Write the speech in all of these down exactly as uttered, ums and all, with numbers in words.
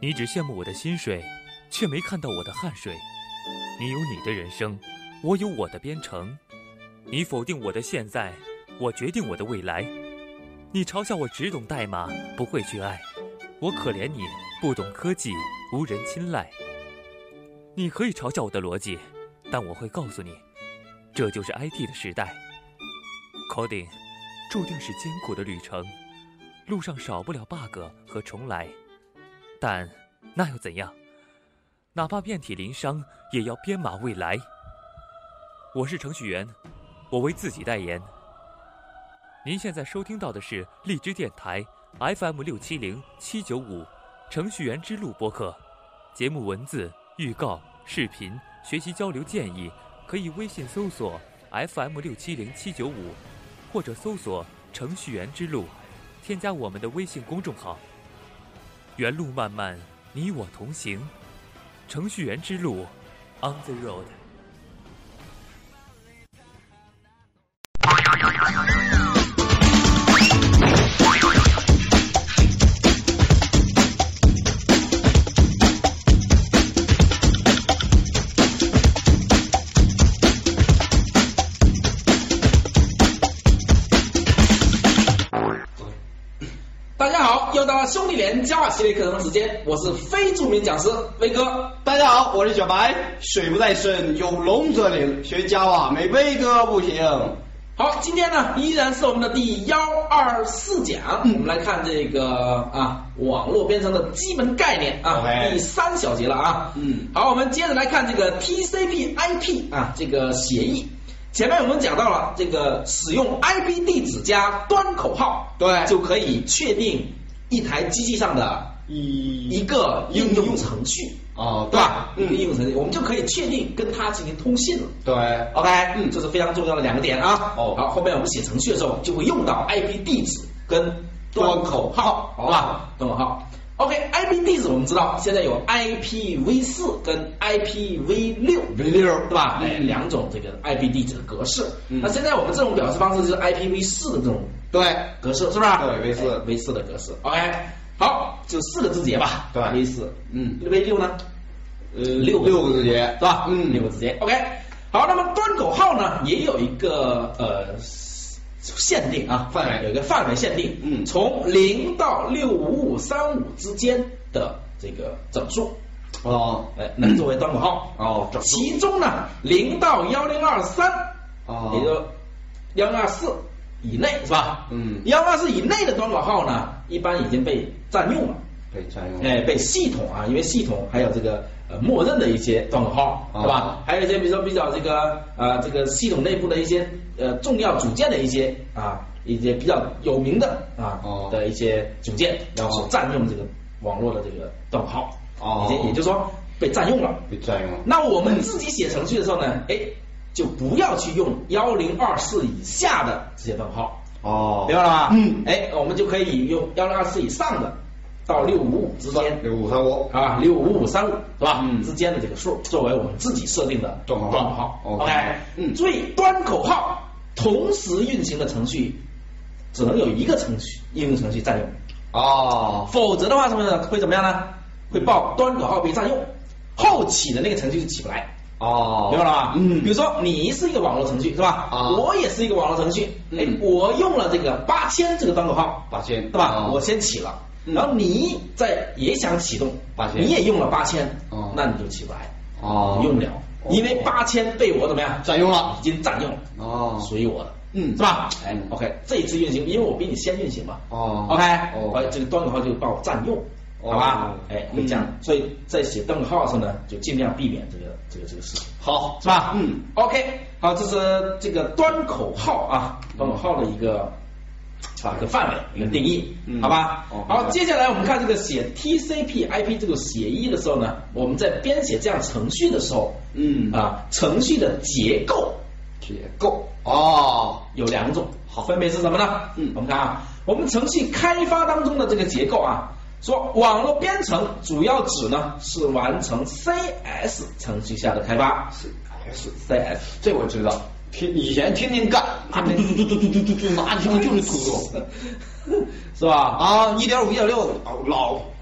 你只羡慕我的薪水，却没看到我的汗水。你有你的人生，我有我的编程。你否定我的现在，我决定我的未来。你嘲笑我只懂代码，不会去爱。我可怜你不懂科技，无人青睐。你可以嘲笑我的逻辑，但我会告诉你，这就是 I T 的时代。Coding 注定是艰苦的旅程，路上少不了 bug 和重来。但那又怎样？哪怕遍体鳞伤，也要编码未来。我是程序员，我为自己代言。您现在收听到的是荔枝电台 F M 六七零七九五程序员之路播客。节目文字、预告、视频、学习交流建议，可以微信搜索 F M 六七零七九五，或者搜索程序员之路，添加我们的微信公众号。原路漫漫，你我同行。程序员之路 On the road。 又到了兄弟连 Java 系列课程的时间，我是非著名讲师威哥。 大家好，我是小白。水不在深，有龙则灵，学 Java 没威哥不行。 好，今天呢依然是我们的第一二四讲，嗯、我们来看这个啊网络编程的基本概念啊， okay. 第三小节了啊。 嗯， 好，我们接着来看这个 T C P I P 啊这个协议。前面我们讲到了这个使用 I P 地址加端口号， 对， 就可以确定一台机器上的一一个应用程序， 哦， 对吧？一个应用程序，我们就可以确定跟它进行通信了。 对 ，OK， 嗯，这是非常重要的两个点啊。哦，好，后面我们写程序的时候就会用到 I P 地址跟端口号，好吧？端口号。OK，I P 地址我们知道现在有 I P v 四 跟 I P v 六 v 六对吧？哎，两种这个 I P 地址的格式。那现在我们这种表示方式就是 I P v 四 的这种对格式，是不是？ 对 v 四 v 四的格式。OK， 好，就四个字节吧。 对 v 四， 嗯 v 六呢？ 呃，六六个字节， 是吧？ 嗯， 六个字节。OK， 好，那么端口号呢也有一个呃。限定啊， 范围有一个范围限定， 嗯， 从零到六五五三五之间的这个整数， 哦， 哎，能作为端口号， 哦，整数。 其中呢，零到幺零二三， 哦， 也就幺零二四以内是吧？ 嗯， 幺零二四以内的端口号呢，一般已经被占用了， 被占用了， 哎，被系统啊，因为系统还有这个呃默认的一些端口号，对吧？ 哦， 还有一些比如说比较这个呃这个系统内部的一些呃重要组件的一些啊一些比较有名的啊、 哦、 的一些组件，然后占用这个网络的这个端口号， 哦， 也也就是说被占用了， 被占用了。 那我们自己写程序的时候呢，哎，就不要去用幺零二四以下的这些端口号， 哦， 明白了吧？ 嗯， 哎，我们就可以用幺零二四以上的。到六五五之间， 六五三五啊，六五五三五是吧？ 嗯， 之间的这个数作为我们自己设定的端口号。OK， 嗯， 所以端口号同时运行的程序只能有一个程序应用程序占用。 哦， 否则的话，什么会怎么样呢？会报端口号被占用，后起的那个程序就起不来。 哦， 明白了吧？ 嗯， 比如说你是一个网络程序是吧？ 啊， 我也是一个网络程序，哎、 嗯， 我用了这个八千这个端口号， 八千对吧？ 哦， 我先起了。 嗯、 然后你在也想启动八千， 你也用了八千， 哦， 那你就起不来， 哦， 你用不了，哦、因为八千被我怎么样占用了， 已经占用了， 哦， 属于我的， 嗯， 是吧？ 哎、 嗯、，OK， 这一次运行，因为我比你先运行嘛， 哦 ，OK， 哦， 这个端口号就把我占用， 哦、 好吧？哎，会这样、 嗯， 所以在写端口号的时候呢，就尽量避免这个这个这个事情， 好， 是吧？ 嗯 ，OK， 好，这是这个端口号啊，端口号的一个。啊，一个范围，一个定义， 嗯、 好吧？ 哦、 好，接下来我们看这个写 T C P I P 这个协议的时候呢，我们在编写这样程序的时候， 嗯啊，程序的结构， 结构哦有两种，好，分别是什么呢？ 嗯， 我们看啊，我们程序开发当中的这个结构啊，说网络编程主要指呢是完成 C S 程序下的开发 ，C S C S， 这我知道。天以前天天干，那嘟嘟嘟嘟嘟嘟嘟嘟，拿起来就是突突， 是吧？ 啊，一点五、一点六，老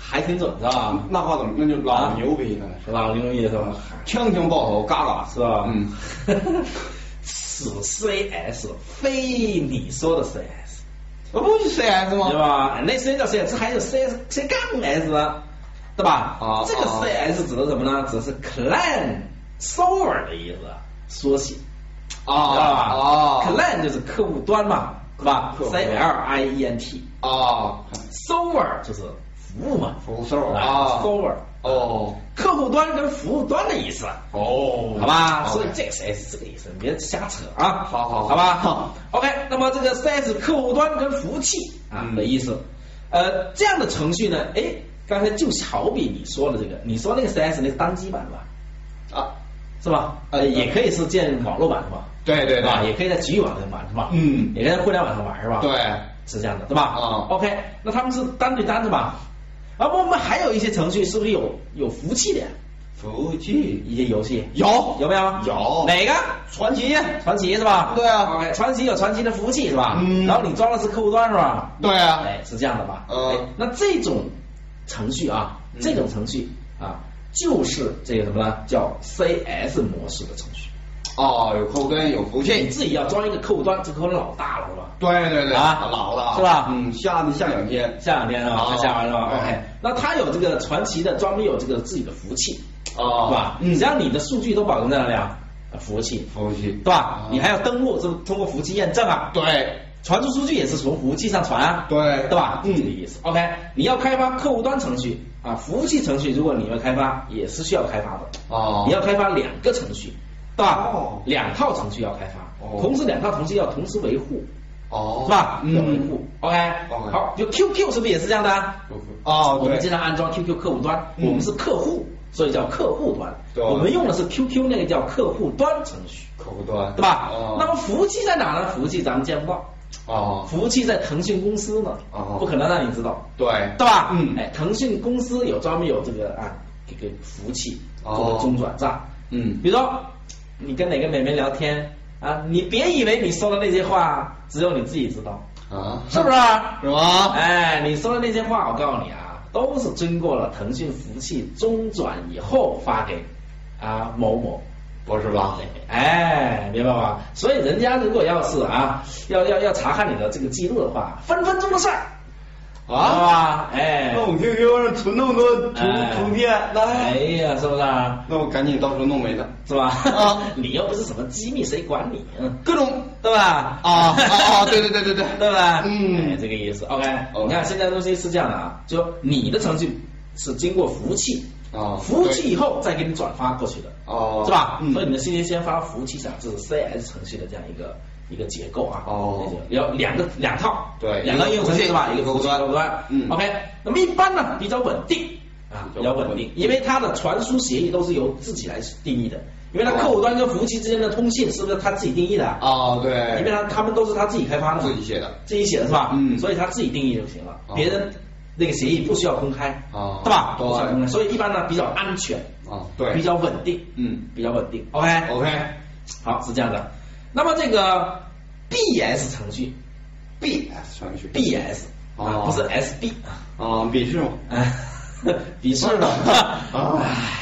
还挺准是吧？ 那话怎么那就老牛逼了， 是吧？牛逼是吧？ 枪枪爆头，嘎嘎是吧？ 嗯， 此 C S 非你说的 C S， 那不是 C S 吗？ 对吧？那谁叫 C S？ 还有 C S C 杠 S 呢，对吧？ 啊， 这个 C S 指的什么呢？指的是 Client Server 的意思，缩写。 啊， 知道吧？ 啊 ，Client 就是客户端嘛，是吧 ？C L I E N T 啊 ，Server 就是服务嘛， 服务 server 啊 ，Server 哦， 客户端跟服务端的意思， 哦， 好吧？所以这个 C S 是这个意思，你别瞎扯啊。 好好好吧，好 ，OK。那么这个 C S 客户端跟服务器啊的意思，呃，这样的程序呢，哎，刚才就好比你说的这个，你说那个 C S 那个单机版吧， 啊， 是吧？呃，也可以是建网络版的嘛。 对对吧？ 对， 也可以在局域网上玩是吧？ 嗯， 也可以在互联网上玩是吧？ 对， 是这样的，对吧？ 啊 ，OK，那他们是单对单的吧？然后我们还有一些程序是不是有有服务器的？ 服务器一些游戏有有没有？ 有哪个？ 传奇， 传奇是吧？ 对啊 ，OK，传奇有传奇的服务器是吧？ 嗯， 然后你装的是客户端是吧？ 对啊， 哎，是这样的吧？ 嗯哎，那这种程序啊，这种程序啊，就是这个什么呢？叫 C S 模式的程序。 哦，有客户端，有服务器， 你自己要装一个客户端，这客户端老大了是吧？ 对对对啊， 老的是吧？ 嗯，下下两天， 下两天啊，才下完是吧 ？OK， 那它有这个传奇的专门有这个自己的服务器， 哦， 是吧？ 嗯， 只要你的数据都保存在哪里啊？服务器， 服务器， 对吧？你还要登录，是不是通过服务器验证啊？ 对， 传出数据也是从服务器上传啊， 对， 对吧？ 嗯， 这个意思。OK，你要开发客户端程序啊，服务器程序，如果你要开发，也是需要开发的。 哦， 你要开发两个程序。对吧？ 哦， 两套程序要开发， 哦， 同时两套程序要同时维护， 哦， 是吧？ 嗯， 要维护 ，OK， 好，就 Q Q 是不是也是这样的？ 哦， 我们经常安装 Q Q 客户端，我们是客户，所以叫客户端。我们用的是 Q Q 那个叫客户端程序， 客户端， 对吧？那么服务器在哪呢？服务器咱们见不到。 哦， 服务器在腾讯公司呢， 哦， 不可能让你知道， 对， 对吧？ 嗯， 哎，腾讯公司有专门有这个啊，这个服务器做的中转站， 嗯， 比如说。你跟哪个美眉聊天啊？你别以为你说的那些话只有你自己知道啊， 是不是？ 是吗？ 哎，你说的那些话，我告诉你啊，都是经过了腾讯服务器中转以后发给啊某某， 不是吧？ 哎，明白吧？所以人家如果要是啊，要要要查看你的这个记录的话，分分钟的事儿。啊，哎， 那我 Q Q 上存那么多图图片，那哎呀，是不是啊？ 那我赶紧到时候弄没它， 是吧？啊，你又不是什么机密，谁管你？嗯， 各种对吧？ 啊啊，对对对对对， 对吧？ 嗯， 这个意思。OK，你看现在东西是这样的啊，就你的程序是经过服务器啊， 服务器以后再给你转发过去的， 哦， 是吧？所以你的信息先发到服务器上，这是 C S 程序的这样一个。一个结构啊， 哦， 有两个两套， 对， 两个应用程序是吧？一个服务器，客户端， 嗯 ，OK。那么一般呢比较稳定啊，比较稳定，因为它的传输协议都是由自己来定义的，因为它客户端跟服务器之间的通信是不是他自己定义的？ 哦，对， 因为他他们都是他自己开发的， 自己写的， 自己写的是吧？ 嗯， 所以他自己定义就行了，别人那个协议不需要公开， 啊， 对吧？ 对， 不需要公开，所以一般呢比较安全， 啊，对， 比较稳定， 嗯， 比较稳定。OK，OK，好，是这样的。那么这个。B S 程序 ，B S 程序 ，B S 啊，不是 S B 啊，笔试吗？ 哎，笔试了，唉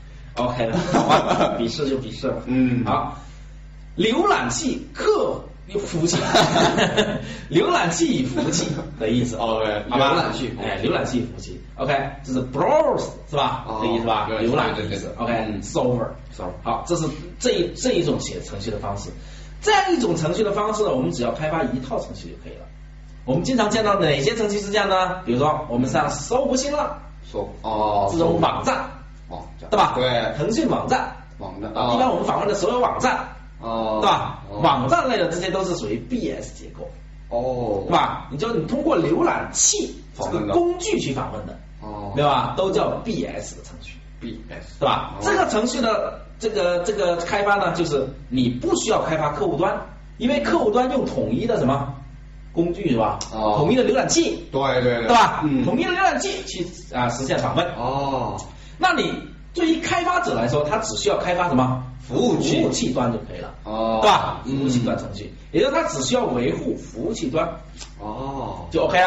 ，OK 了，好吧，笔试就笔试了， 嗯， 好，浏览器客服务器，浏览器服务器的意思 ，OK， 好吧， 浏览器， 哎，浏览器服务器 ，OK， 这是 browse 是吧？这意思吧？浏览的意思 ，OK，server，server，好，这是这这一种写程序的方式。这样一种程序的方式呢，我们只要开发一套程序就可以了。我们经常见到哪些程序是这样呢？比如说我们上搜狐新浪， 搜哦， 这种网站， 哦， 对吧？ 对， 腾讯网站， 网站， 一般我们访问的所有网站， 哦， 对吧？网站类的这些都是属于 B S 结构， 哦， 对吧？你就你通过浏览器这个工具去访问的， 哦， 对吧？都叫 B S 的程序 ，B S， 对吧？这个程序的。这个这个开发呢，就是你不需要开发客户端，因为客户端用统一的什么工具是吧？ 哦， 统一的浏览器， 对对对， 对吧？ 嗯， 统一的浏览器去啊实现访问。 哦， 那你对于开发者来说，他只需要开发什么服务器服务器端就可以了， 哦， 对吧？服务器端程序，也就是他只需要维护服务器端， 哦， 就 OK 了。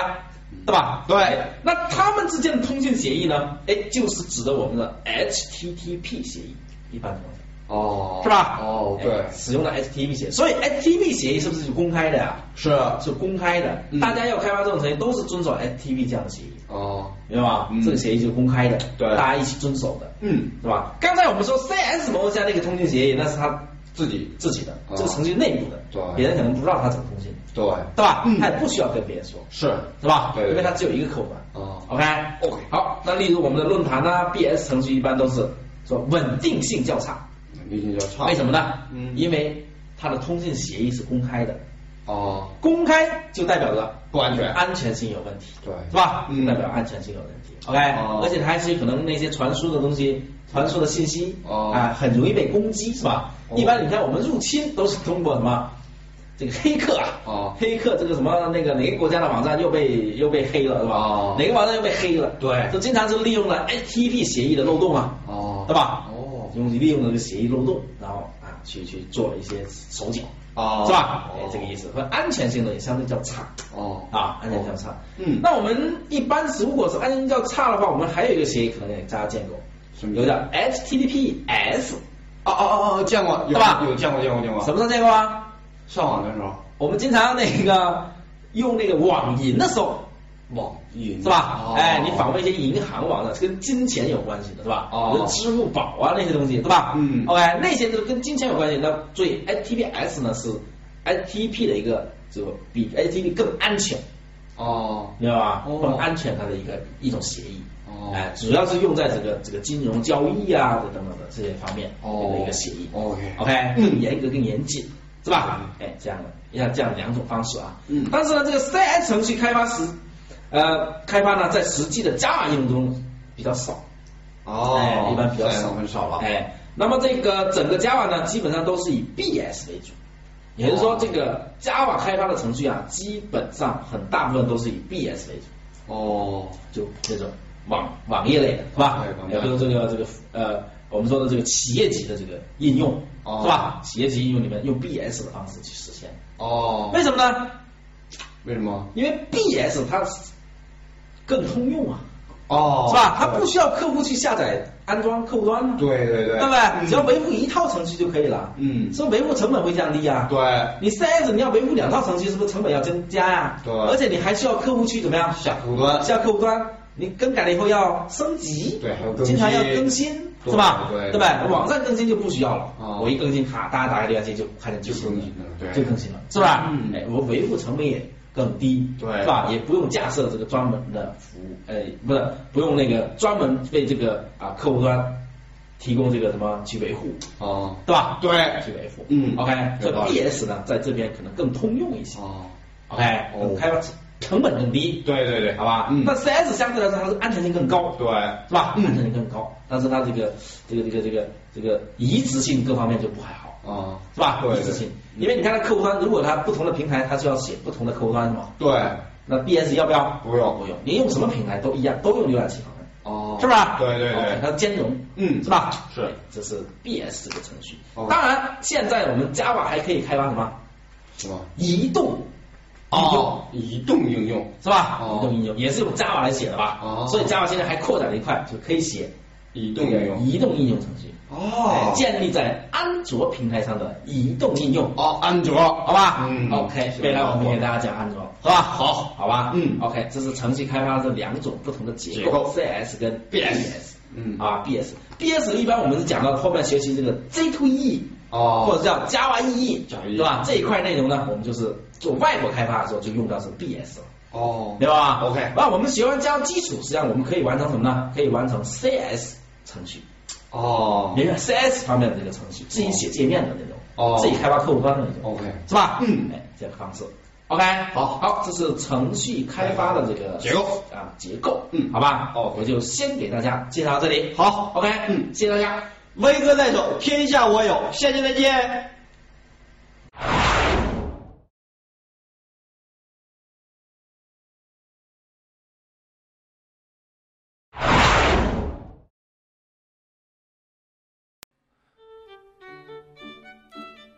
对吧？ 对。 那他们之间的通信协议呢？哎，就是指的我们的 H T T P 协议，一般情况下。 哦， 是吧？ 哦，对， 使用的 H T T P 协议，所以 H T T P 协议是不是就公开的呀？ 是， 是公开的， 嗯、 大家要开发这种程序都是遵守 H T T P 这样的协议。 哦， 明白吗？ 嗯、 这个协议就是公开的， 对， 大家一起遵守的， 嗯， 是吧？刚才我们说 C S 模块下那个通信协议，那是他自己自己的， 哦、 这个程序内部的， 对， 别人可能不知道他怎么通信， 对， 对吧？ 嗯、 他也不需要跟别人说， 是， 是吧？ 对， 因为他只有一个客户端。 哦 ，OK OK， 好，那例如我们的论坛啊 ，B S 程序一般都是说稳定性较差。 稳定性较差， 为什么呢？ 嗯， 因为它的通信协议是公开的。 哦， 公开就代表着不安全， 安全性有问题， 对， 是吧？ 嗯， 代表安全性有问题。OK，、 哦、 而且还是可能那些传输的东西、传输的信息， 哦， 啊，很容易被攻击，是吧？哦、一般你看我们入侵都是通过什么？这个黑客啊， 哦， 黑客这个什么那个哪个国家的网站又被又被黑了，是吧？ 哦， 哪个网站又被黑了？ 对， 就经常是利用了 H T T P 协议的漏洞啊， 哦， 对吧？ 哦， 用利用了这个协议漏洞，然后啊去去做了一些手脚。 哦， 是吧？哎，这个意思，和安全性呢也相对较差。 哦， 啊，安全性较差。 嗯， 那我们一般如果是安全性较差的话，我们还有一个协议可能给大家见过， 什么？ 有叫 H T T P S。 哦哦哦哦，见过， 对吧？ 有见过，见过，见过。 什么时候见过啊？ 上网的时候。 我们经常那个用那个网银的时候。 网银是吧？ 哦、 哎，你访问一些银行网站，跟金钱有关系的，是吧？ 哦， 比如支付宝啊那些东西，对吧？ 嗯 ，OK， 那些都跟金钱有关系。那所以 H T T P S 呢是 H T T P 的一个这个比 H T T P 更安全， 哦， 明白吧？ 哦、 更安全它的一个一种协议。 哦， 哎，主要是用在这个这个金融交易啊等等的这些方面的一个协议。 OK OK， 更严格更严谨。是吧？哎，这样的，你看这样两种方式啊。 嗯。 但是呢，这个 C S 程序开发时，呃，开发呢在实际的 Java 应用中比较少。 哦。 哎，一般比较少， 很少了。 哎，那么这个整个 Java 呢，基本上都是以 B S 为主，也就是说，这个 Java 开发的程序啊，基本上很大部分都是以 B S 为主。 哦。 就这种网网页类的，是吧？也就是这个这个呃。我们说的这个企业级的这个应用， 哦、 是吧？企业级应用里面用 B S 的方式去实现。 哦。 为什么呢？ 为什么？ 因为 B S 它更通用啊。 哦。 是吧？它不需要客户去下载安装客户端啊。 对对对。 对不对？嗯、只要维护一套程序就可以了。 嗯。 是不是维护成本会降低啊？ 对。 你 C S 你要维护两套程序，是不是成本要增加呀？ 对。 而且你还需要客户去怎么样？ 下客户端。 下客户端。你更改了以后要升级， 对，还有更新， 经常要更新，是吧？ 对， 对吧？网站更新就不需要了， 哦、 我一更新，卡，大家打开浏览器就看见就更新了，对， 就更新了，是吧？ 嗯， 哎，我维护成本也更低， 对， 是吧？也不用架设这个专门的服务，哎，不是，不用那个专门为这个啊客户端提供这个什么去维护， 哦， 对吧？ 对， 去维护， 嗯 ，OK， 所以 B S 呢在这边可能更通用一些， 哦 ，OK，哦，开发成本更低， 对对对， 好吧？嗯。那 C S 相对来说它是安全性更高， 对， 是吧？安全性更高，但是它这个这个这个这个这个移植性各方面就不还好， 啊， 是吧？ 对， 移植性，因为你看它客户端，如果它不同的平台，它就要写不同的客户端是吗？ 对。 那 B S 要不要？ 不用， 不用，你用什么平台都一样，都用浏览器访问， 哦， 是吧？ 对对对， 它兼容， 嗯， 是吧？ 是， 这是 B S 这个程序。 哦、 当然，现在我们 Java 还可以开发什么？ 什么？ 移动。 哦，移动应用是吧？ 哦、 移动应用也是用 Java 来写的吧？ 哦， 所以 Java 现在还扩展了一块，就可以写移动应用， 移动应用程序。 哦， 建立在安卓平台上的移动应用。 哦，安卓， 好吧？ 嗯 ，OK，未来我们给大家讲安卓，是吧？好，好吧？ 嗯 ，OK，这是程序开发的两种不同的结构 ，C S 跟 B S。 嗯， 啊 ，B S，B S 一般我们是讲到后面学习这个 J to E。 哦， 或者叫 Java E E， 对吧？这一块内容呢，我们就是做外部开发的时候就用到是 B S 了。 哦， 明白吧 ？OK。 那我们学完 Java 基础，实际上我们可以完成什么呢？可以完成 C S 程序。 哦， 明白 C S 方面的这个程序，自己写界面的那种， 哦， 自己开发客户端的那种 ，OK， 是吧？ 嗯， 哎，这个方式 ，OK， 好， 好，这是程序开发的这个结构啊，结构， 嗯， 好吧？哦，我就先给大家介绍到这里， 好 ，OK， 嗯， 谢谢大家。 威哥在手，天下我有，下期再见。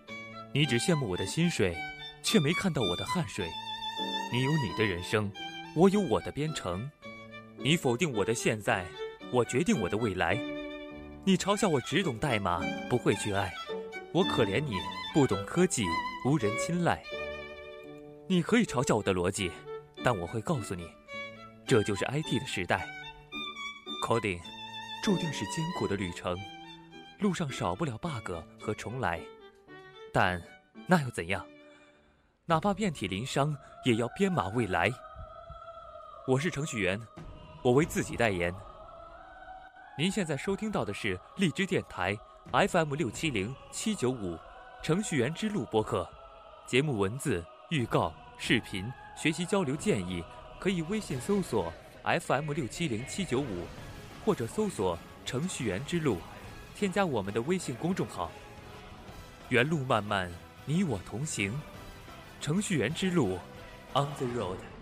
你只羡慕我的薪水，却没看到我的汗水。你有你的人生， 我有我的编程。你否定我的现在，我决定我的未来。你嘲笑我只懂代码，不会去爱。我可怜你不懂科技，无人青睐。你可以嘲笑我的逻辑，但我会告诉你，这就是 I T 的时代。Coding 注定是艰苦的旅程，路上少不了 bug 和重来，但那又怎样？哪怕遍体鳞伤，也要编码未来。我是程序员，我为自己代言。您现在收听到的是荔枝电台 F M 六七零七九五程序员之路播客。节目文字、预告、视频、学习交流建议，可以微信搜索 F M 六七零七九五，或者搜索程序员之路，添加我们的微信公众号。原路漫漫，你我同行。程序员之路 ，On the road。